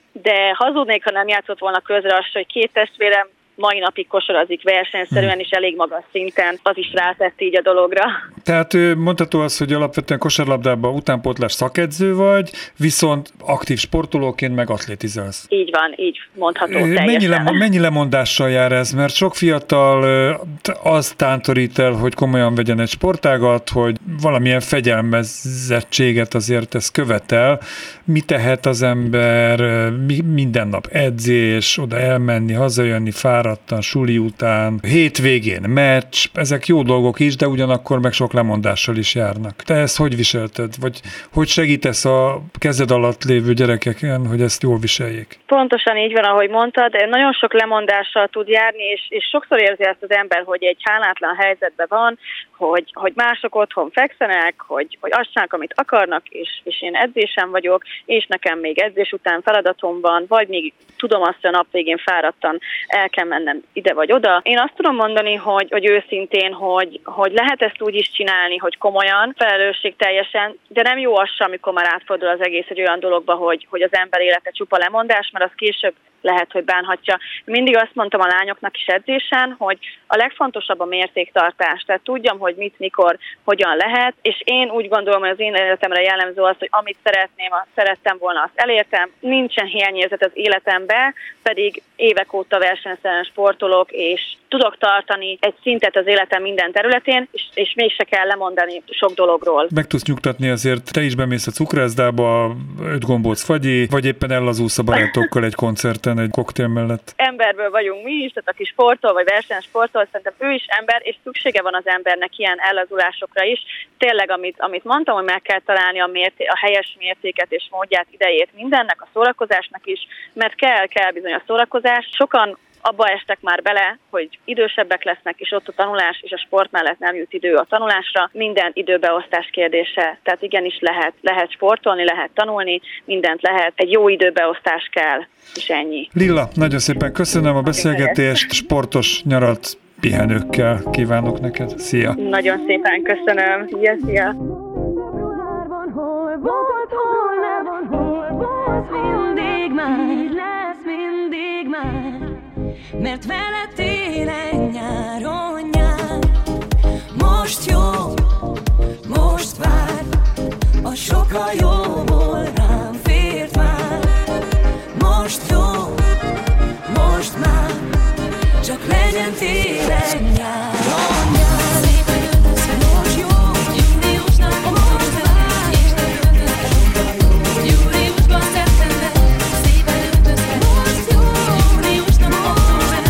de hazudnék, ha nem játszott volna közre azt, hogy két testvérem mai napig kosarazik versenyszerűen is elég magas szinten, az is rátett így a dologra. Tehát mondható az, hogy alapvetően kosárlabdában utánpótlás szakedző vagy, viszont aktív sportolóként meg atlétizálsz. Így van, így mondható teljesen. Mennyi lemondással jár ez? Mert sok fiatal azt tántorít el, hogy komolyan vegyen egy sportágat, hogy valamilyen fegyelmezettséget azért ez követel. Mi tehet az ember? Minden nap edzés, oda elmenni, hazajönni, fáradtan, suli után, hétvégén meccs, ezek jó dolgok is, de ugyanakkor meg sok lemondással is járnak. Te ezt hogy viselted? Vagy hogy segítesz a kezed alatt lévő gyerekeken, hogy ezt jól viseljék? Pontosan így van, ahogy mondtad, nagyon sok lemondással tud járni, és sokszor érzi ezt az ember, hogy egy hálátlan helyzetben van, hogy mások otthon fekszenek, hogy azt csinálnak, amit akarnak, és én edzésen vagyok, és nekem még edzés után feladatom van, vagy még tudom azt, hogy a nap végén fáradtan el kell mennem ide vagy oda. Én azt tudom mondani, hogy őszintén, hogy lehet ezt úgy is csinálni, hogy komolyan, felelősségteljesen, de nem jó az sem, amikor már átfordul az egész egy olyan dologba, hogy az ember élete csupa lemondás, mert az később lehet, hogy bánhatja. Mindig azt mondtam a lányoknak is edzésen, hogy a legfontosabb a mértéktartás. Tehát tudjam, hogy mit, mikor, hogyan lehet, és én úgy gondolom, hogy az én életemre jellemző az, hogy amit szerettem volna, azt elértem. Nincsen hiányérzet az életemben, pedig évek óta versenyszerűen sportolok, és tudok tartani egy szintet az életem minden területén, és mégse kell lemondani sok dologról. Meg tudsz nyugtatni azért, te is bemész a cukrászdába, 5 gombóc fagyi, vagy éppen ellazulsz a barátokkal egy koncerten. héten egy koktél mellett. Emberből vagyunk mi is, tehát aki sportol vagy versenysportol, szerintem ő is ember, és szüksége van az embernek ilyen ellazulásokra is. Tényleg, amit mondtam, hogy meg kell találni a helyes mértéket és módját, idejét mindennek, a szórakozásnak is, mert kell bizony a szórakozás. Sokan abba estek már bele, hogy idősebbek lesznek, és ott a tanulás és a sport mellett nem jut idő a tanulásra. Minden időbeosztás kérdése. Tehát igenis lehet sportolni, lehet tanulni, mindent lehet. Egy jó időbeosztás kell, és ennyi. Lilla, nagyon szépen köszönöm a beszélgetést, sportos nyarat pihenőkkel kívánok neked. Szia! Nagyon szépen köszönöm. Szia! Mert vele télen nyáron nyár. Most jó, most vár, a sokkal jóból rám fért már. Most jó, most már, csak legyen télen nyáron nyár. Most jó, júniusnak most vár, júliusban szeptember, szépen öltözve. Most jó, júniusnak most vár,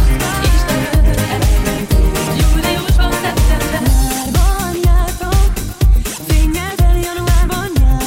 júliusban szeptember. Nyárban jártam, fényel teli januárban,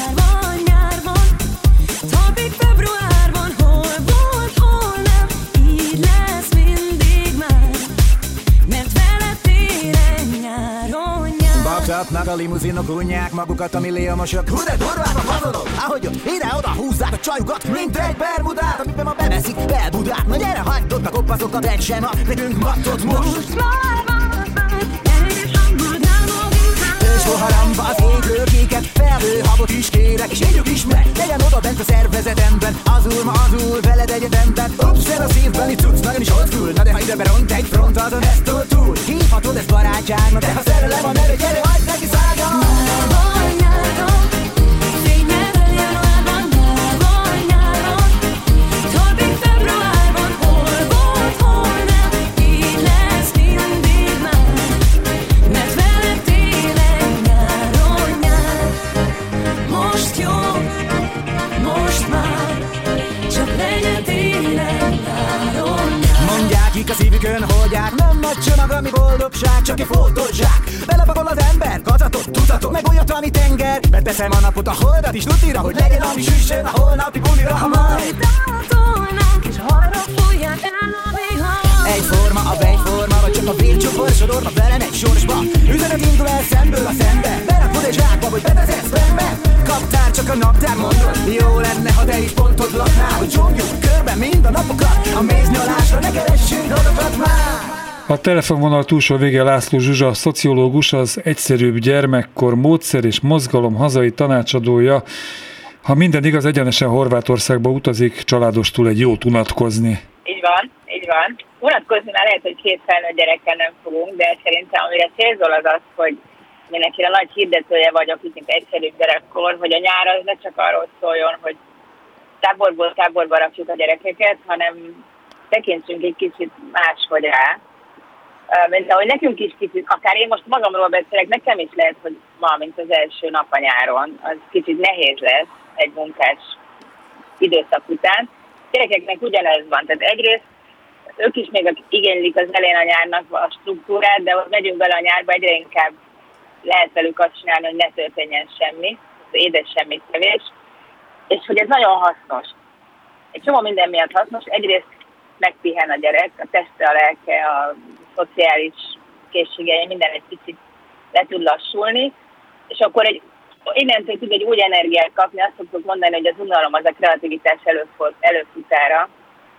nyárban, tompig februárban, hol volt, hol nem, így lesz mindig már, mert vele télen nyáron nyár. Baktatnak a limuzinok, unják magukat a milliómosok. Hú, de durvák a hazudok, ahogy ott ide-oda húzzák a csajukat, mint egy bermudát, amiben ma beveszik Belbudát. Na gyere, hagyd ott a kopaszokat, egy sem ad nekünk mattot most. Már van, és hangod nálom inkább. És poharamba az égőkéket, felhőhabot is kérek, és éljük is meg, legyen oda bent a szervezetemben. Azul ma azul, veled egyetemben. Ups, ez a szívbeli cucc, nagyon is old school. Na de ha ide beront egy frontadon, ezt túl. Hívhatod ezt barátságnak, de ha szerelem a neve, gyere, hagyd neki szálljon. Nyárban jártam, fényel teli januárban, nyáron, tompig februárban, hol volt, hol nem, így lesz mindig már, mert vele télen nyáron nyár. Most jó, most már, csak legyen télen nyáron nyár. Mondják ki a szívükön, hogyják, nem nagy csomag, ami boldogság, csak egy fotózsák. Belebagol az ember, kacatot, tudatot, meg olyat, ami tenger. Beteszem a napot, a holdat is tutira, hogy legyen, ami süssön a holnapi bulira, ha majd Tátolnánk, és arra fújják el a vihar. egyforma a vegyforma, vagy csak a vércsopor sodorva velem egy sorsba. Üzenet indul el szemből a szembe, berakod egy zsákba, hogy bevezetsz benbe. Kaptár, csak a naptár mondod, jó lenne, ha te is pontot laknál, hogy csomjuk körbe mind a napokat, a méznyalásra ne keressünk adokat már. A telefonvonal túlsó vége László Zsuzsa, szociológus, az Egyszerűbb gyermekkor módszer és mozgalom hazai tanácsadója. Ha minden igaz, egyenesen Horvátországba utazik családostul egy jót unatkozni. Így van. Unatkozni már lehet, hogy 2 felnőtt gyerekkel nem fogunk, de szerintem amire célzol az az, hogy mindenkire nagy hirdetője vagyok, itt mint egyszerűbb gyerekkor, hogy a nyár az ne csak arról szóljon, hogy táborból táborba rakjuk a gyerekeket, hanem tekintsünk egy kicsit máshogy rá. Mint ahogy nekünk is kicsit, akár én most magamról beszélek, nekem is lehet, hogy ma, mint az első nap a nyáron, az kicsit nehéz lesz egy munkás időszak után. Gyerekeknek ugyanez van, tehát egyrészt ők is még igénylik az elején a nyárnak a struktúrát, de hogy megyünk bele a nyárba, egyre inkább lehet velük azt csinálni, hogy ne történjen semmi, az édes semmit kevés, és hogy ez nagyon hasznos. Egy csomó minden miatt hasznos, egyrészt megpihen a gyerek, a teste, a lelke, a szociális készségei, minden egy picit le tud lassulni, és akkor innentől tud egy új energiát kapni, azt szoktuk mondani, hogy az unalom az a kreativitás előfutára.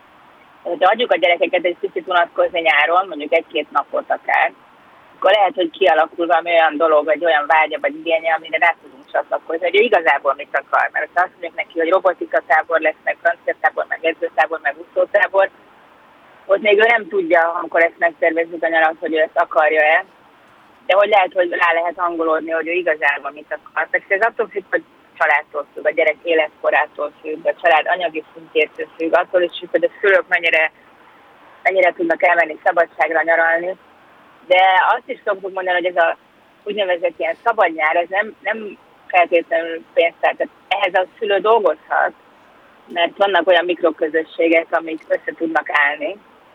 Ha adjuk a gyerekeket egy picit unatkozni nyáron, mondjuk 1-2 napot akár, akkor lehet, hogy kialakul valami olyan dolog, vagy olyan vágya, vagy igénye, amire rá tudunk csatlakozni, hogy ő igazából mit akar. Mert ha azt mondjuk neki, hogy robotika-tábor lesz, meg francia-tábor, meg edzőtábor, meg úszótábor, ott még ő nem tudja, amikor ezt megtervezzük a nyarat, hogy ő ezt akarja-e, de hogy lehet, hogy rá lehet hangolódni, hogy ő igazából mit akar. Persze ez attól függ, hogy családtól függ, a gyerek életkorától függ, a család anyagi szintjétől függ, attól is függ, hogy a szülők mennyire tudnak elmenni szabadságra nyaralni. De azt is szoktuk mondani, hogy ez a úgynevezett ilyen szabad nyár, ez nem feltétlenül pénztár. Tehát ehhez a szülő dolgozhat, mert vannak olyan mikroközösségek, amik össze tudnak állni,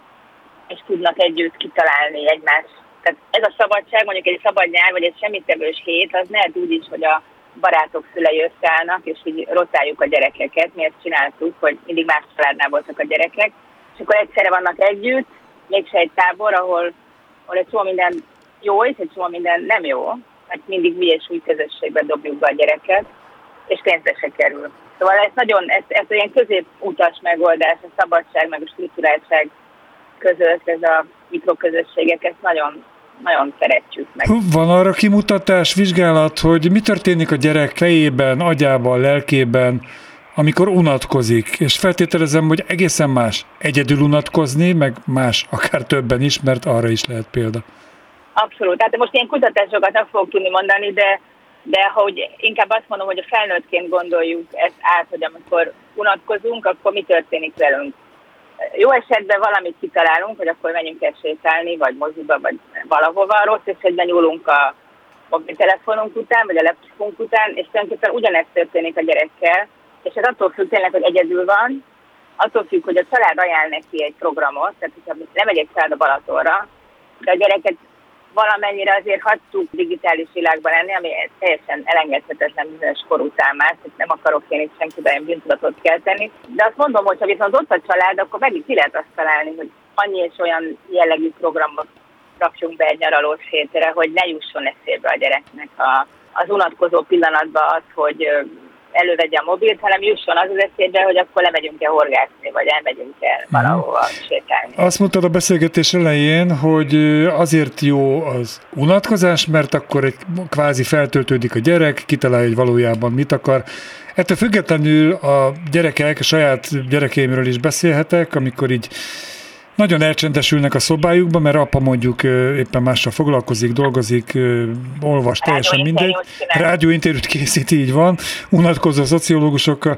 és tudnak együtt kitalálni egymást. Tehát ez a szabadság, mondjuk egy szabad nyár, vagy egy semmittevős hét, az lehet úgy is, hogy a barátok szülei összeállnak, és így rotáljuk a gyerekeket. Mi ezt csináltuk, hogy mindig más családnál voltak a gyerekek, és akkor egyszerre vannak együtt, mégse egy tábor, ahol egy csomó minden jó, és egy csomó minden nem jó, mert mindig mi és új közösségbe dobjuk be a gyereket, és pénzbe se kerül. Szóval ez olyan középutas megoldás, a szabadság meg a strukturáltság között, ez a mikroközösségek, ezt nagyon, nagyon szeretjük meg. Van arra kimutatás, vizsgálat, hogy mi történik a gyerek fejében, agyában, lelkében, amikor unatkozik, és feltételezem, hogy egészen más egyedül unatkozni, meg más akár többen is, mert arra is lehet példa. Abszolút. Tehát most ilyen kutatásokat nem fogok tudni mondani, de hogy inkább azt mondom, hogy a felnőttként gondoljuk ezt át, hogy amikor unatkozunk, akkor mi történik velünk. Jó esetben valamit kitalálunk, hogy akkor menjünk el sétálni, vagy moziba, vagy valahova. Rossz esetben nyúlunk a mobiltelefonunk után, vagy a laptopunk után, és tulajdonképpen ugyanezt történik a gyerekkel, és ez attól függ tényleg, hogy egyedül van, attól függ, hogy a család ajánl neki egy programot, tehát hogyha lemegy egy család a Balatonra, de a gyereket valamennyire azért hagytuk digitális világban lenni, ami teljesen elengedhetetlen bizonyos kor után már, tehát nem akarok én itt senkiben ilyen bűntudatot kelteni. De azt mondom, hogy ha viszont ott a család, akkor megint ki lehet azt találni, hogy annyi és olyan jellegű programot rakjunk be egy nyaralós hétre, hogy ne jusson eszébe a gyereknek az unatkozó pillanatban az, hogy elővegye a mobilt, hanem jusson az eszébe, hogy akkor lemegyünk-e horgászni, vagy elmegyünk el valahova sétálni. Azt mondtad a beszélgetés elején, hogy azért jó az unatkozás, mert akkor egy kvázi feltöltődik a gyerek, kitalálja, hogy valójában mit akar. Ettől függetlenül a gyerekek, a saját gyerekeimről is beszélhetek, amikor így nagyon elcsendesülnek a szobájukba, mert apa mondjuk éppen mással foglalkozik, dolgozik, olvas, teljesen mindegy. Rádióinterjút készít, így van, unatkozó szociológusokkal.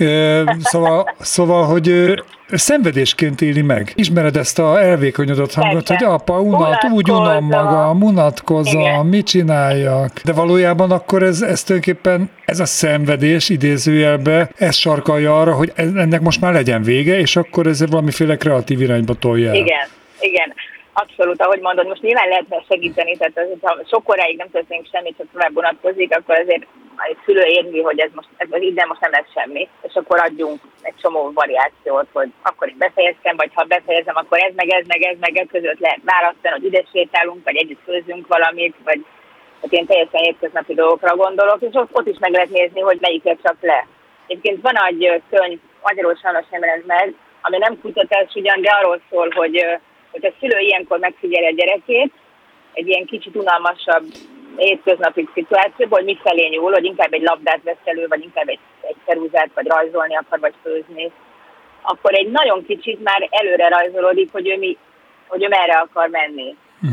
Szóval, hogy szenvedésként éli meg. Ismered ezt a elvékonyodott hangot, hogy apa, úgy unom magam, unatkozom, mit csináljak. De valójában akkor ez tulajdonképpen ez a szenvedés idézőjelbe, ez sarkalja arra, hogy ennek most már legyen vége, és akkor ez valamiféle kreatív irányba tolja el. Igen. Abszolút, ahogy mondod, most nyilván lehetne segíteni, tehát ha sok óráig nem történik semmit, csak tovább vonatkozik, akkor azért a szülő érzi, hogy ez ide most nem lesz semmi, és akkor adjunk egy csomó variációt, hogy akkor én befejeztem, vagy ha befejezem, akkor ez meg között lehet választani, hogy ide sétálunk, vagy együtt főzünk valamit, vagy hát én teljesen hétköznapi dolgokra gondolok, és ott is meg lehet nézni, hogy melyiket csak le. Egyébként van egy könyv, magyarul sajnos nem jelent meg, ami nem kutatás ugyan, de arról szól, hogy a szülő ilyenkor megfigyeli a gyerekét, egy ilyen kicsit unalmasabb hétköznapi szituációban, hogy mifelé nyúl, hogy inkább egy labdát vesz elő, vagy inkább egy ceruzát, vagy rajzolni akar, vagy főzni, akkor egy nagyon kicsit már előre rajzolódik, hogy ő merre akar menni.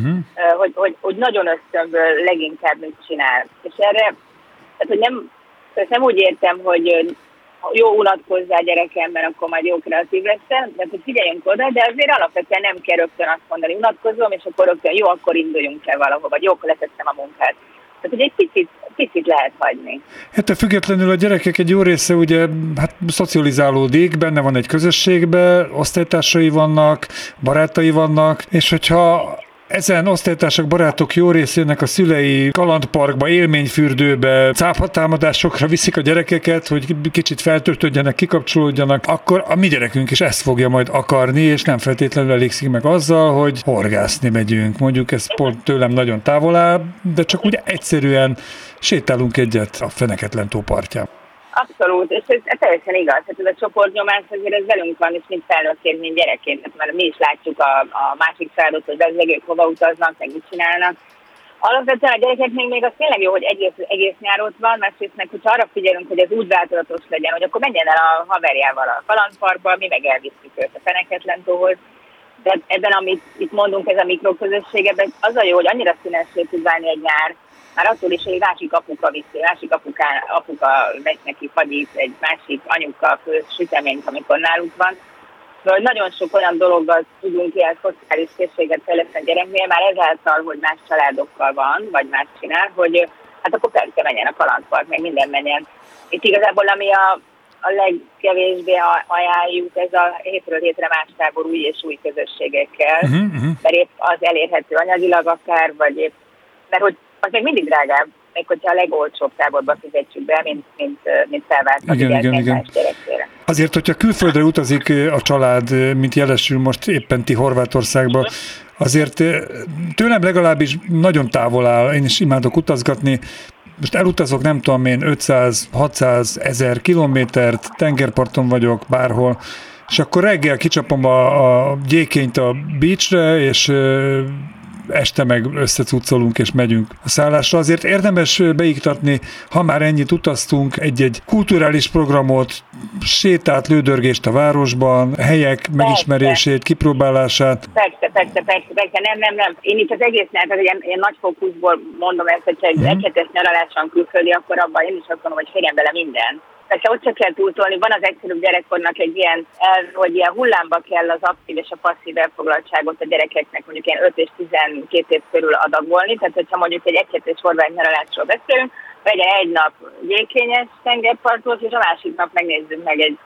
Hogy nagyon ösztönből leginkább mit csinál. És erre, tehát, hogy nem úgy értem, hogy jó unatkozzál gyerekem, mert akkor majd jó kreatív leszel, de hogy figyeljünk oda, de azért alapvetően nem kell rögtön azt mondani, unatkozom, és akkor rögtön jó, akkor induljunk el valahova, vagy jó, akkor letettem a munkát. Tehát, hogy egy picit lehet hagyni. Hát függetlenül a gyerekek egy jó része ugye szocializálódik, benne van egy közösségbe, osztálytársai vannak, barátai vannak, és hogyha ezen osztálytársak, barátok jó részének a szülei kalandparkba, élményfürdőbe, cápatámadásokra viszik a gyerekeket, hogy kicsit feltöltődjenek, kikapcsolódjanak, akkor a mi gyerekünk is ezt fogja majd akarni, és nem feltétlenül elégszik meg azzal, hogy horgászni megyünk. Mondjuk ez pont tőlem nagyon távol áll, de csak úgy egyszerűen sétálunk egyet a Feneketlen tó partján. Abszolút, és ez teljesen igaz. Hát ez a csoportnyomás azért ez velünk van, és mint felnőttként, mint gyerekként, mert mi is látjuk a másik családot, hogy ők hova utaznak, meg mit csinálnak. Alapvetően a gyerekeknek még az tényleg jó, hogy egész nyár ott van, másrészt meg, hogyha arra figyelünk, hogy ez úgy változatos legyen, hogy akkor menjen el a haverjával a kalandparkba, mi meg elviszük őt a Feneketlen tóhoz. De ebben, amit itt mondunk, ez a mikroközösség, ebben az a jó, hogy annyira színesé tud válni egy nyár, már attól is, hogy egy másik apuka viszi, másik apuka vesz neki fagyit, egy másik anyuka főz süteményt, amikor náluk van. Szóval nagyon sok olyan dologgal tudunk ilyen szociális készséget fejleszteni a gyereknél, már ezáltal, hogy más családokkal van, vagy más csinál, hogy hát akkor persze menjen a kalandpark, meg minden menjen. Itt igazából ami a legkevésbé ajánljuk, ez a hétről hétre más tábor új és új közösségekkel, mert épp az elérhető anyagilag akár, vagy épp, mert hogy az még mindig drágább, még hogyha a legolcsóbb táborba fizetjük be, mint felváltani igen. Azért, hogyha külföldre utazik a család, mint jelesül most éppen ti Horvátországba, azért tőlem legalábbis nagyon távol áll, én is imádok utazgatni. Most elutazok, nem tudom én, 500-600 ezer kilométert, tengerparton vagyok bárhol, és akkor reggel kicsapom a gyékényt a beachre, és este meg összecuccolunk és megyünk a szállásra. Azért érdemes beiktatni, ha már ennyit utaztunk, egy kulturális programot, sétát, lődörgést a városban, helyek megismerését, kipróbálását. Persze, nem. Én itt az egésznek, az ilyen nagy fókuszból mondom ezt, hogyha egy egyhetes nyaralás van külföldi, akkor abban én is azt mondom, hogy férjen bele minden. Persze ott csak kell túltolni, van az egyszerűbb gyerekkornak egy ilyen, hogy ilyen hullámba kell az aktív és a passzív elfoglaltságot a gyerekeknek mondjuk ilyen 5 és 12 év körül adagolni, tehát hogyha mondjuk egy egyhetes horvát nyaralásról beszélünk, legyen egy nap gyékényes tengerpartot, és a másik nap megnézzük meg egy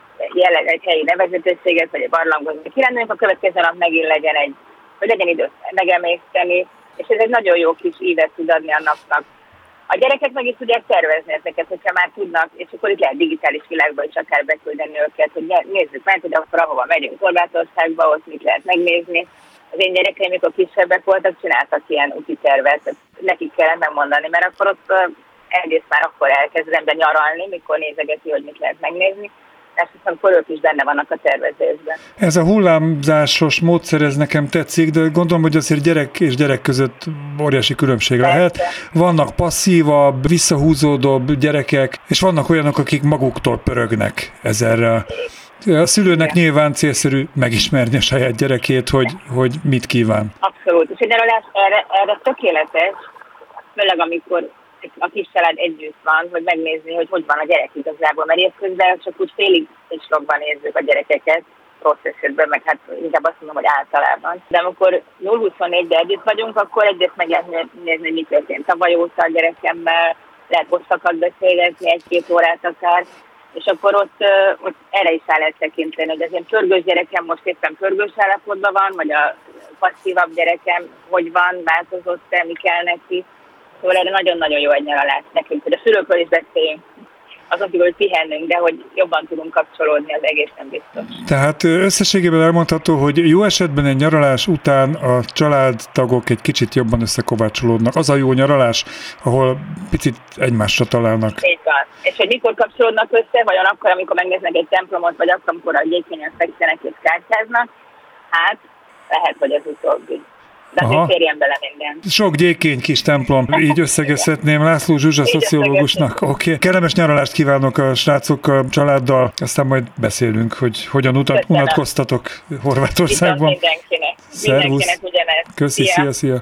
helyi nevezetőséget, vagy egy barlangot, vagy kirándulunk, a következő nap megint legyen idő megemészteni, és ez egy nagyon jó kis ívet tud adni a napnak. A gyerekek meg is tudják tervezni ezeket, hogyha már tudnak, és akkor itt lehet digitális világba is akár beküldeni őket, hogy nézzük meg, hogy akkor ahova megyünk Horvátországba, ott mit lehet megnézni. Az én gyerekeim, mikor kisebbek voltak, csináltak ilyen úti tervet, nekik kellene megmondani, mert akkor ott egész már akkor elkezd az ember nyaralni, mikor nézegeti, hogy mit lehet megnézni. Ezt hiszem, akkor ők is benne vannak a tervezésben. Ez a hullámzásos módszer, ez nekem tetszik, de gondolom, hogy azért gyerek és gyerek között óriási különbség lehet. Vannak passzívabb, visszahúzódóbb gyerekek, és vannak olyanok, akik maguktól pörögnek ezerrel. A szülőnek nyilván célszerű megismerni a saját gyerekét, hogy mit kíván. Abszolút, és egy nyaralás erre tökéletes, főleg amikor a kis család együtt van, hogy megnézni, hogy van a gyerek igazából, mert évközben csak úgy félig slogban nézzük a gyerekeket, rossz esetben, meg hát inkább azt mondom, hogy általában. De amikor 0-24-ben együtt vagyunk, akkor egyrészt meg lehet nézni, mit történt tavaly óta a gyerekemmel, lehet hosszakat beszélgetni, 1-2 órát akár, és akkor ott erre is rá lehet tekinteni, hogy az én pörgős gyerekem most éppen pörgős állapotban van, vagy a passzívabb gyerekem hogy van, változott-e, mi kell neki. Szóval erre nagyon-nagyon jó egy nyaralás nekünk, hogy a szülőkről is beszéljünk, azon kívül, hogy pihennünk, de hogy jobban tudunk kapcsolódni, az egészen biztos. Tehát összességében elmondható, hogy jó esetben egy nyaralás után a családtagok egy kicsit jobban összekovácsolódnak. Az a jó nyaralás, ahol picit egymásra találnak. Így van. És hogy mikor kapcsolódnak össze, vagy akkor, amikor megnéznek egy templomot, vagy akkor, amikor a gyékényen fekszenek és kártyáznak, hát lehet, hogy az utóbbi. De azért férjen bele minden. Sok gyékény kis templom, így összegezhetném László Zsuzsa szociológusnak. Oké. Kellemes nyaralást kívánok a srácokkal, családdal, aztán majd beszélünk, hogy hogyan unatkoztatok Horvátországban. Mindenkinek. Szervusz. Mindenkinek ugyanezt. Köszi, szia.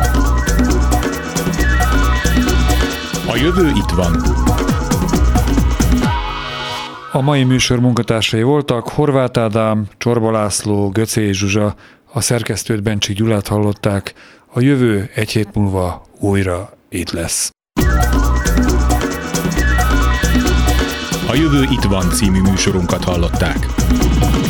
A jövő itt van. A mai műsor munkatársai voltak Horváth Ádám, Csorba László, Göcé Zsuzsa, a szerkesztőt Bencsik Gyulát hallották, a jövő egy hét múlva újra itt lesz. A jövő itt van című műsorunkat hallották.